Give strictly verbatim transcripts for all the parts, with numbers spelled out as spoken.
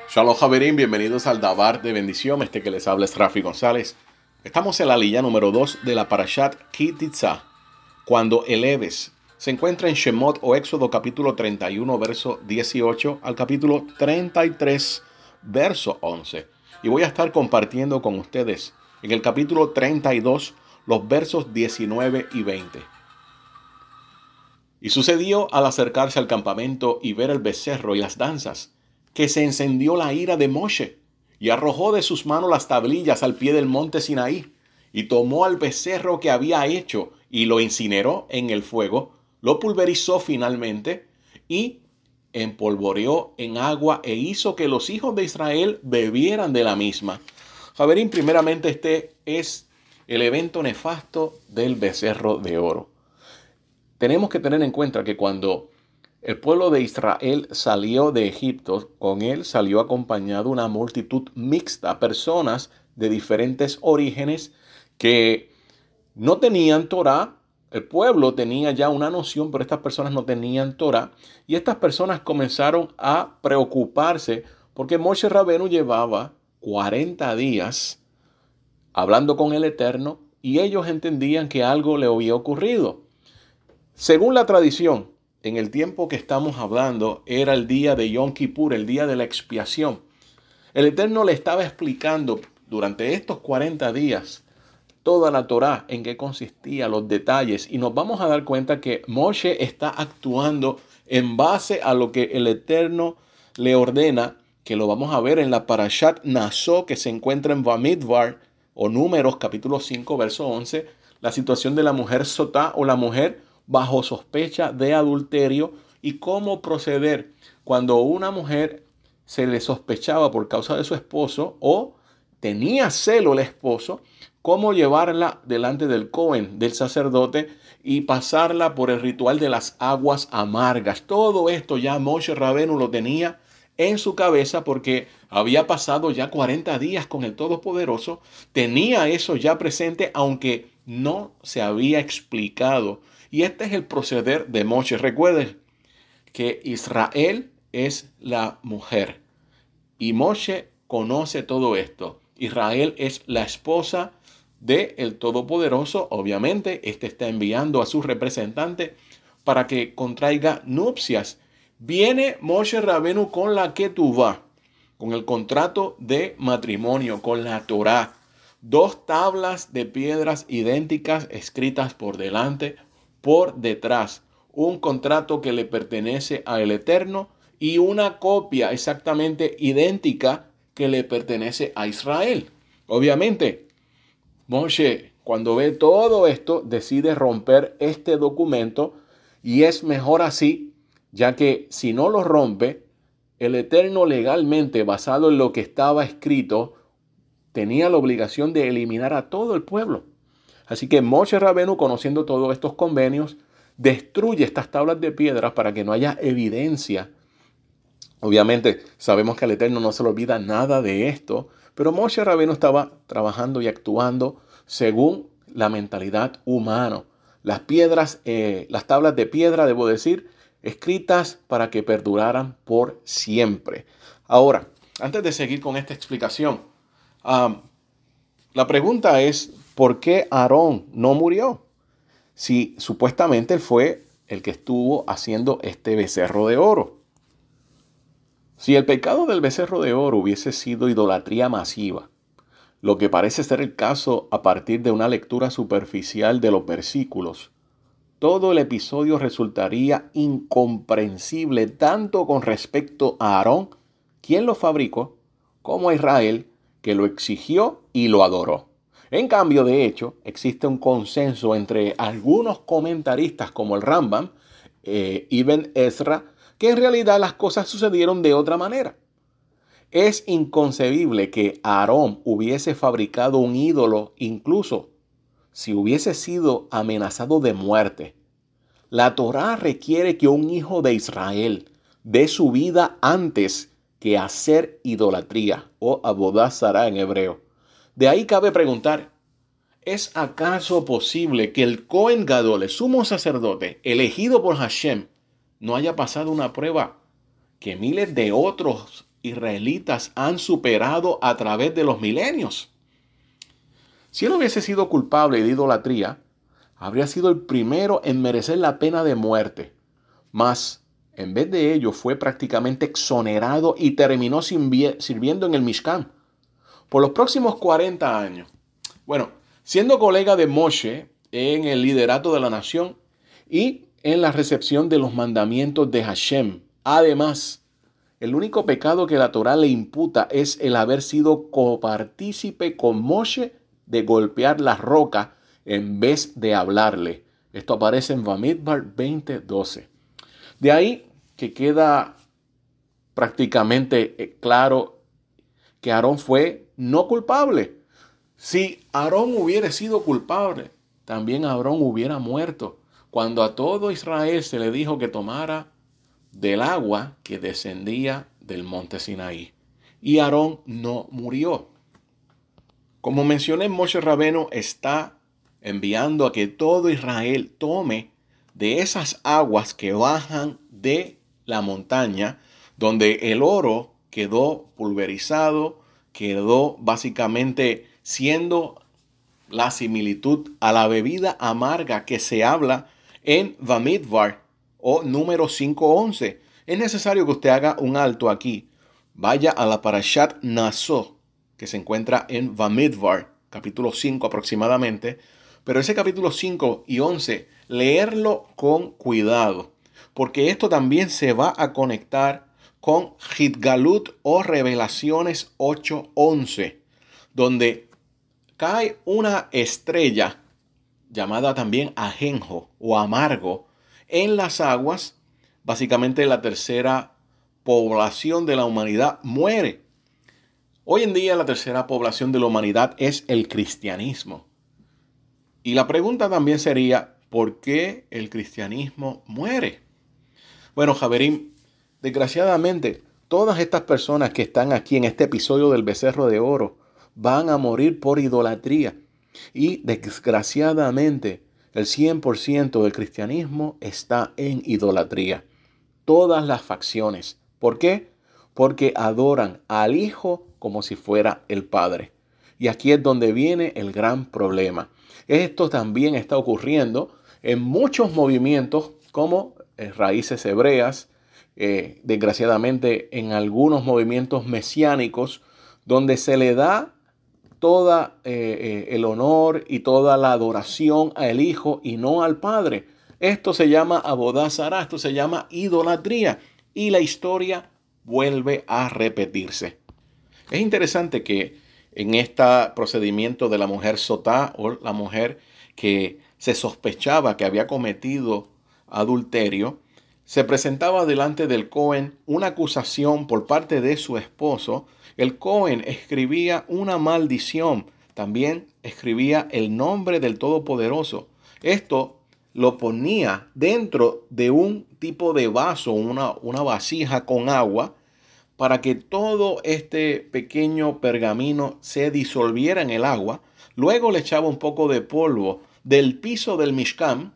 Shalom Javerín, bienvenidos al Dabar de Bendición. Este que les habla es Rafi González. Estamos en la lilla número dos de la Parashat Ki Teitzah, cuando eleves. Se encuentra en Shemot o Éxodo capítulo treinta y uno, verso dieciocho, al capítulo treinta y tres, verso once. Y voy a estar compartiendo con ustedes en el capítulo treinta y dos los versos diecinueve y veinte. Y sucedió al acercarse al campamento y ver el becerro y las danzas, que se encendió la ira de Moshe, y arrojó de sus manos las tablillas al pie del monte Sinaí, y tomó al becerro que había hecho, y lo incineró en el fuego, lo pulverizó finalmente, y empolvoreó en agua, e hizo que los hijos de Israel bebieran de la misma. Javerín, primeramente este es el evento nefasto del becerro de oro. Tenemos que tener en cuenta que cuando el pueblo de Israel salió de Egipto, con él salió acompañado una multitud mixta, personas de diferentes orígenes que no tenían Torá. El pueblo tenía ya una noción, pero estas personas no tenían Torá. Y estas personas comenzaron a preocuparse porque Moshe Rabenu llevaba cuarenta días hablando con el Eterno y ellos entendían que algo le había ocurrido. Según la tradición, en el tiempo que estamos hablando, era el día de Yom Kippur, el día de la expiación. El Eterno le estaba explicando durante estos cuarenta días toda la Torá, en qué consistía, los detalles. Y nos vamos a dar cuenta que Moshe está actuando en base a lo que el Eterno le ordena, que lo vamos a ver en la Parashat Naso, que se encuentra en Bamidbar, o Números, capítulo cinco, verso once, la situación de la mujer sotá o la mujer bajo sospecha de adulterio y cómo proceder cuando una mujer se le sospechaba por causa de su esposo o tenía celo el esposo, cómo llevarla delante del Cohen, del sacerdote, y pasarla por el ritual de las aguas amargas. Todo esto ya Moshe Rabenu lo tenía en su cabeza porque había pasado ya cuarenta días con el Todopoderoso, tenía eso ya presente aunque no se había explicado. Y este es el proceder de Moshe. Recuerden que Israel es la mujer y Moshe conoce todo esto. Israel es la esposa del Todopoderoso. Obviamente, este está enviando a su representante para que contraiga nupcias. Viene Moshe Rabenu con la Ketuvá, con el contrato de matrimonio, con la Torá. Dos tablas de piedras idénticas escritas por delante, por detrás. Un contrato que le pertenece al Eterno y una copia exactamente idéntica que le pertenece a Israel. Obviamente, Moshe, cuando ve todo esto, decide romper este documento y es mejor así, ya que si no lo rompe, el Eterno legalmente, basado en lo que estaba escrito, tenía la obligación de eliminar a todo el pueblo. Así que Moshe Rabenu, conociendo todos estos convenios, destruye estas tablas de piedra para que no haya evidencia. Obviamente sabemos que al Eterno no se le olvida nada de esto, pero Moshe Rabenu estaba trabajando y actuando según la mentalidad humana. Las piedras, eh, las tablas de piedra, debo decir, escritas para que perduraran por siempre. Ahora, antes de seguir con esta explicación, um, la pregunta es, ¿por qué Aarón no murió? Si supuestamente él fue el que estuvo haciendo este becerro de oro. Si el pecado del becerro de oro hubiese sido idolatría masiva, lo que parece ser el caso a partir de una lectura superficial de los versículos, todo el episodio resultaría incomprensible tanto con respecto a Aarón, quien lo fabricó, como a Israel, que lo exigió y lo adoró. En cambio, de hecho, existe un consenso entre algunos comentaristas como el Rambam, eh, Ibn Ezra, que en realidad las cosas sucedieron de otra manera. Es inconcebible que Aarón hubiese fabricado un ídolo, incluso si hubiese sido amenazado de muerte. La Torá requiere que un hijo de Israel dé su vida antes que hacer idolatría o avodah zará en hebreo. De ahí cabe preguntar, ¿es acaso posible que el Cohen Gadol, el sumo sacerdote, elegido por Hashem, no haya pasado una prueba que miles de otros israelitas han superado a través de los milenios. Si él hubiese sido culpable de idolatría, habría sido el primero en merecer la pena de muerte. Mas, en vez de ello, fue prácticamente exonerado y terminó sirviendo en el Mishkan por los próximos cuarenta años. Bueno, siendo colega de Moshe en el liderato de la nación y en la recepción de los mandamientos de Hashem. Además, el único pecado que la Torá le imputa es el haber sido copartícipe con Moshe de golpear la roca en vez de hablarle. Esto aparece en Bamidbar veinte doce. De ahí que queda prácticamente claro que Aarón fue no culpable. Si Aarón hubiera sido culpable, también Aarón hubiera muerto cuando a todo Israel se le dijo que tomara del agua que descendía del monte Sinaí. Y Aarón no murió. Como mencioné, Moshe Rabenu está enviando a que todo Israel tome de esas aguas que bajan de la montaña, donde el oro quedó pulverizado, quedó básicamente siendo la similitud a la bebida amarga que se habla en Bamidbar o número cinco once. Es necesario que usted haga un alto aquí. Vaya a la Parashat Naso, que se encuentra en Bamidbar, capítulo cinco aproximadamente. Pero ese capítulo cinco y once, leerlo con cuidado, porque esto también se va a conectar con Hitgalut o Revelaciones ocho once, donde cae una estrella llamada también ajenjo o amargo en las aguas. Básicamente la tercera población de la humanidad muere. Hoy en día la tercera población de la humanidad es el cristianismo. Y la pregunta también sería, ¿por qué el cristianismo muere? Bueno, Javerín, desgraciadamente, todas estas personas que están aquí en este episodio del Becerro de Oro van a morir por idolatría. Y desgraciadamente, el cien por ciento del cristianismo está en idolatría. Todas las facciones. ¿Por qué? Porque adoran al Hijo como si fuera el Padre. Y aquí es donde viene el gran problema. Esto también está ocurriendo en muchos movimientos como eh, raíces hebreas, eh, desgraciadamente en algunos movimientos mesiánicos, donde se le da todo eh, eh, el honor y toda la adoración al Hijo y no al Padre. Esto se llama Abodá Zará, esto se llama idolatría y la historia vuelve a repetirse. Es interesante que en este procedimiento de la mujer sotá o la mujer que se sospechaba que había cometido adulterio, se presentaba delante del Cohen una acusación por parte de su esposo. El Cohen escribía una maldición, también escribía el nombre del Todopoderoso. Esto lo ponía dentro de un tipo de vaso, una, una vasija con agua, para que todo este pequeño pergamino se disolviera en el agua. Luego le echaba un poco de polvo del piso del Mishkan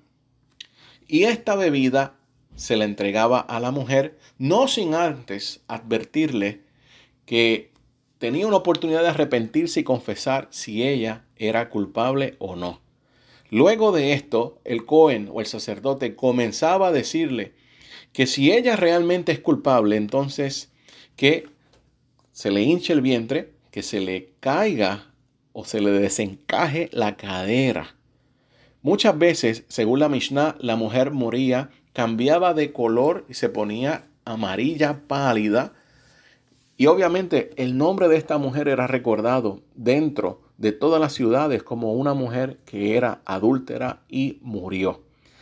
y esta bebida se la entregaba a la mujer, no sin antes advertirle que tenía una oportunidad de arrepentirse y confesar si ella era culpable o no. Luego de esto, el Cohen o el sacerdote comenzaba a decirle que si ella realmente es culpable, entonces que se le hinche el vientre, que se le caiga o se le desencaje la cadera. Muchas veces, según la Mishnah, la mujer moría, cambiaba de color y se ponía amarilla pálida. Y obviamente el nombre de esta mujer era recordado dentro de todas las ciudades como una mujer que era adúltera y murió.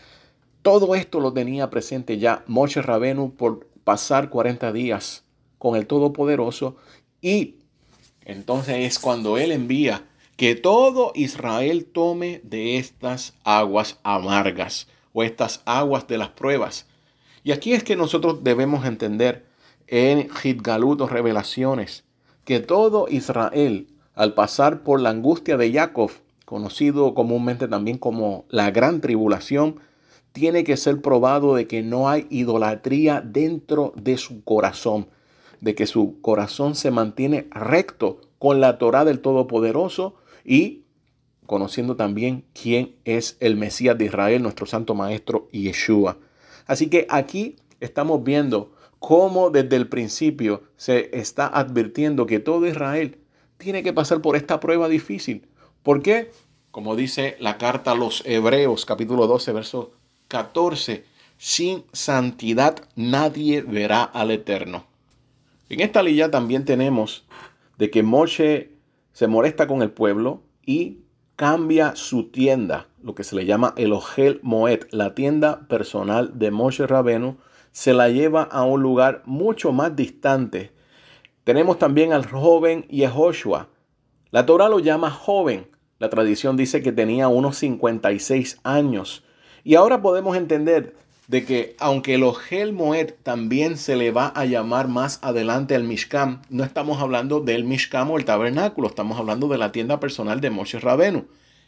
Todo esto lo tenía presente ya Moshe Rabenu por pasar cuarenta días con el Todopoderoso, y entonces es cuando él envía que todo Israel tome de estas aguas amargas o estas aguas de las pruebas. Y aquí es que nosotros debemos entender en Hitgalut o Revelaciones que todo Israel, al pasar por la angustia de Jacob, conocido comúnmente también como la gran tribulación, tiene que ser probado de que no hay idolatría dentro de su corazón. de que su corazón se mantiene recto con la Torá del Todopoderoso y conociendo también quién es el Mesías de Israel, nuestro Santo Maestro Yeshua. Así que aquí estamos viendo cómo desde el principio se está advirtiendo que todo Israel tiene que pasar por esta prueba difícil. ¿Por qué? Como dice la carta a los Hebreos, capítulo doce, verso catorce, sin santidad nadie verá al Eterno. En esta lilla también tenemos de que Moshe se molesta con el pueblo y cambia su tienda, lo que se le llama el Ohel Moed, la tienda personal de Moshe Rabenu, se la lleva a un lugar mucho más distante. Tenemos también al joven Yehoshua. La Torá lo llama joven. La tradición dice que tenía unos cincuenta y seis años. Y ahora podemos entender de que aunque el Ohel Moed también se le va a llamar más adelante al Mishkan, no estamos hablando del Mishkan o el tabernáculo, estamos hablando de la tienda personal de Moshe Rabenu.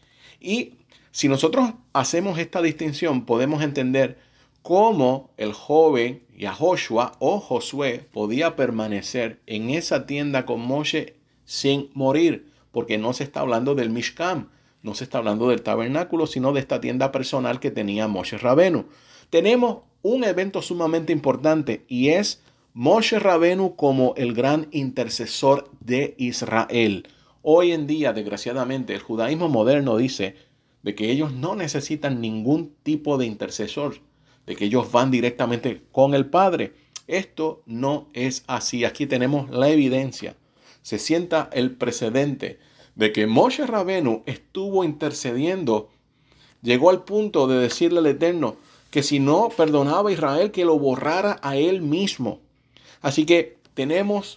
Y si nosotros hacemos esta distinción, podemos entender cómo el joven Yahoshua o Josué podía permanecer en esa tienda con Moshe sin morir, porque no se está hablando del Mishkan, no se está hablando del tabernáculo, sino de esta tienda personal que tenía Moshe Rabenu. Tenemos un evento sumamente importante y es Moshe Rabenu como el gran intercesor de Israel. Hoy en día, desgraciadamente, el judaísmo moderno dice de que ellos no necesitan ningún tipo de intercesor, de que ellos van directamente con el Padre. Esto no es así. Aquí tenemos la evidencia. Se sienta el precedente de que Moshe Rabenu estuvo intercediendo, llegó al punto de decirle al Eterno que si no perdonaba a Israel, que lo borrara a él mismo. Así que tenemos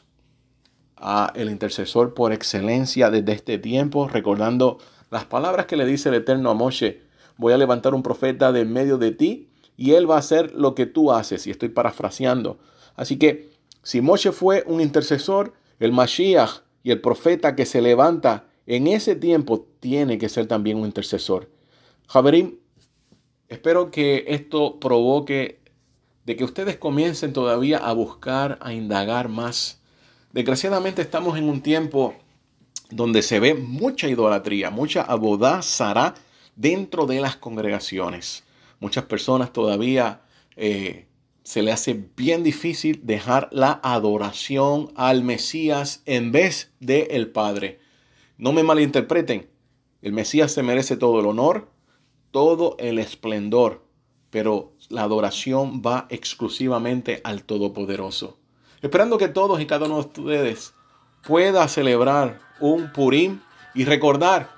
a el intercesor por excelencia desde este tiempo, recordando las palabras que le dice el Eterno a Moshe: voy a levantar un profeta de en medio de ti y él va a hacer lo que tú haces. Y estoy parafraseando. Así que si Moshe fue un intercesor, el Mashiach y el profeta que se levanta en ese tiempo tiene que ser también un intercesor. Javerim, espero que esto provoque de que ustedes comiencen todavía a buscar, a indagar más. Desgraciadamente estamos en un tiempo donde se ve mucha idolatría, mucha abodá zará dentro de las congregaciones. Muchas personas todavía eh, se le hace bien difícil dejar la adoración al Mesías en vez del Padre. No me malinterpreten, el Mesías se merece todo el honor, todo el esplendor, pero la adoración va exclusivamente al Todopoderoso. Esperando que todos y cada uno de ustedes pueda celebrar un Purim y recordar,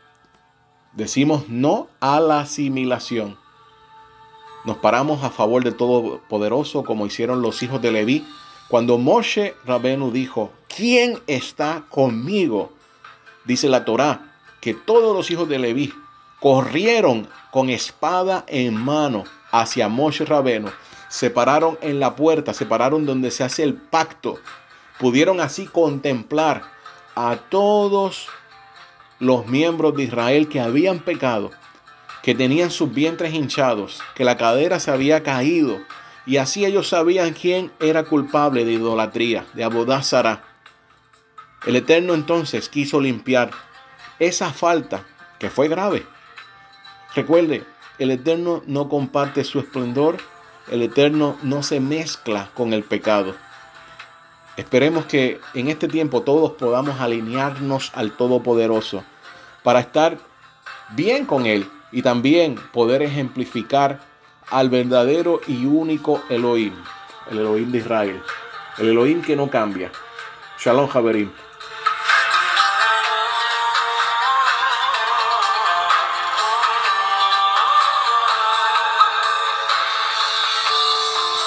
decimos no a la asimilación. Nos paramos a favor del Todopoderoso como hicieron los hijos de Leví. Cuando Moshe Rabenu dijo, ¿quién está conmigo? Dice la Torá que todos los hijos de Leví corrieron con espada en mano hacia Moshe Rabenu. Se pararon en la puerta, se pararon donde se hace el pacto. Pudieron así contemplar a todos los miembros de Israel que habían pecado, que tenían sus vientres hinchados, que la cadera se había caído. Y así ellos sabían quién era culpable de idolatría, de abodá zará. El Eterno entonces quiso limpiar esa falta que fue grave. Recuerde, el Eterno no comparte su esplendor, el Eterno no se mezcla con el pecado. Esperemos que en este tiempo todos podamos alinearnos al Todopoderoso para estar bien con Él y también poder ejemplificar al verdadero y único Elohim, el Elohim de Israel, el Elohim que no cambia. Shalom, Javerim.